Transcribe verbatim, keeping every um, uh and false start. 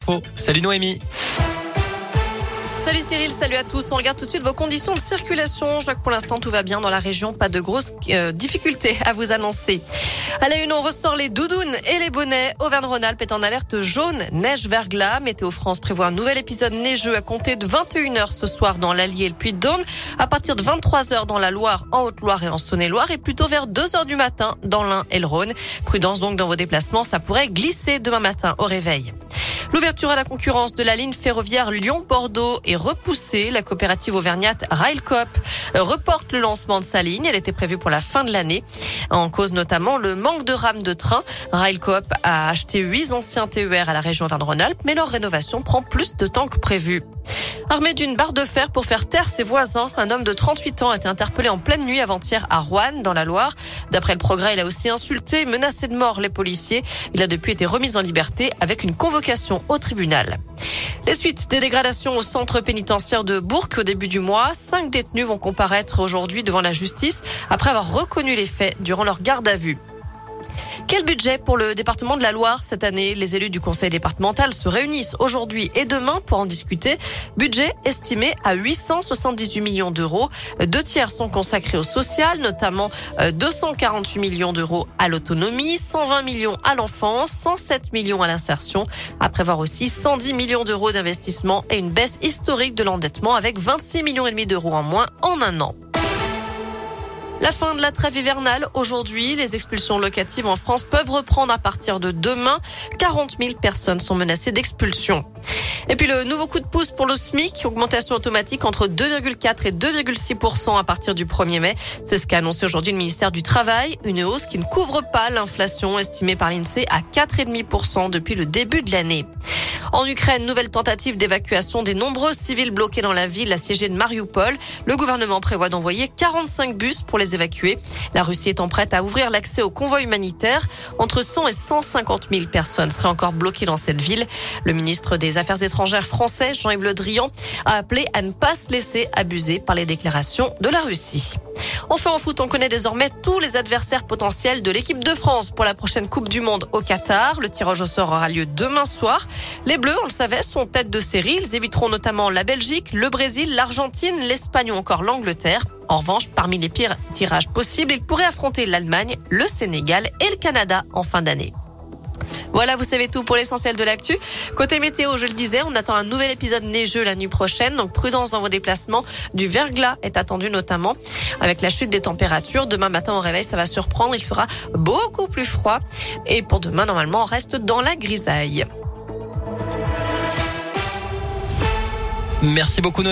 l'info. Salut Noémie. Salut Cyril, salut à tous. On regarde tout de suite vos conditions de circulation. Je vois que pour l'instant tout va bien dans la région. Pas de grosses euh, difficultés à vous annoncer. À la une, on ressort les doudounes et les bonnets. Auvergne-Rhône-Alpes est en alerte jaune, neige, verglas. Météo France prévoit un nouvel épisode neigeux à compter de vingt et une heures ce soir dans l'Allier et le Puy-de-Dôme. À partir de vingt-trois heures dans la Loire, en Haute-Loire et en Saône-et-Loire. Et plutôt vers deux heures du matin dans l'Ain et le Rhône. Prudence donc dans vos déplacements. Ça pourrait glisser demain matin au réveil. L'ouverture à la concurrence de la ligne ferroviaire Lyon-Bordeaux est repoussée. La coopérative auvergnate Railcoop reporte le lancement de sa ligne. Elle était prévue pour la fin de l'année. En cause notamment le manque de rames de train. Railcoop a acheté huit anciens T E R à la région Auvergne-Rhône-Alpes, mais leur rénovation prend plus de temps que prévu. Armé d'une barre de fer pour faire taire ses voisins, un homme de trente-huit ans a été interpellé en pleine nuit avant-hier à Roanne, dans la Loire. D'après le Progrès, il a aussi insulté et menacé de mort les policiers. Il a depuis été remis en liberté avec une convocation au tribunal. Les suites des dégradations au centre pénitentiaire de Bourg au début du mois. Cinq détenus vont comparaître aujourd'hui devant la justice après avoir reconnu les faits durant leur garde à vue. Quel budget pour le département de la Loire cette année? Les élus du conseil départemental se réunissent aujourd'hui et demain pour en discuter. Budget estimé à huit cent soixante-dix-huit millions d'euros. Deux tiers sont consacrés au social, notamment deux cent quarante-huit millions d'euros à l'autonomie, cent vingt millions à l'enfance, cent sept millions à l'insertion. À prévoir aussi cent dix millions d'euros d'investissement et une baisse historique de l'endettement avec vingt-six millions et demi d'euros en moins en un an. La fin de la trêve hivernale. Aujourd'hui, les expulsions locatives en France peuvent reprendre à partir de demain. quarante mille personnes sont menacées d'expulsion. Et puis le nouveau coup de pouce pour le SMIC, augmentation automatique entre deux virgule quatre et deux virgule six pour cent à partir du premier mai. C'est ce qu'a annoncé aujourd'hui le ministère du Travail. Une hausse qui ne couvre pas l'inflation estimée par l'INSEE à quatre virgule cinq pour cent depuis le début de l'année. En Ukraine, nouvelle tentative d'évacuation des nombreux civils bloqués dans la ville assiégée de Mariupol. Le gouvernement prévoit d'envoyer quarante-cinq bus pour les évacuer. La Russie étant prête à ouvrir l'accès aux convois humanitaires. Entre cent et cent cinquante mille personnes seraient encore bloquées dans cette ville. Le ministre des Affaires étrangères français, Jean-Yves Le Drian, a appelé à ne pas se laisser abuser par les déclarations de la Russie. Enfin, en foot, on connaît désormais tous les adversaires potentiels de l'équipe de France pour la prochaine Coupe du Monde au Qatar. Le tirage au sort aura lieu demain soir. Les Bleus, on le savait, sont tête de série. Ils éviteront notamment la Belgique, le Brésil, l'Argentine, l'Espagne ou encore l'Angleterre. En revanche, parmi les pires tirages possibles, ils pourraient affronter l'Allemagne, le Sénégal et le Canada en fin d'année. Voilà, vous savez tout pour l'essentiel de l'actu. Côté météo, je le disais, on attend un nouvel épisode neigeux la nuit prochaine. Donc prudence dans vos déplacements. Du verglas est attendu notamment avec la chute des températures. Demain matin au réveil, ça va surprendre. Il fera beaucoup plus froid. Et pour demain, normalement, on reste dans la grisaille. Merci beaucoup.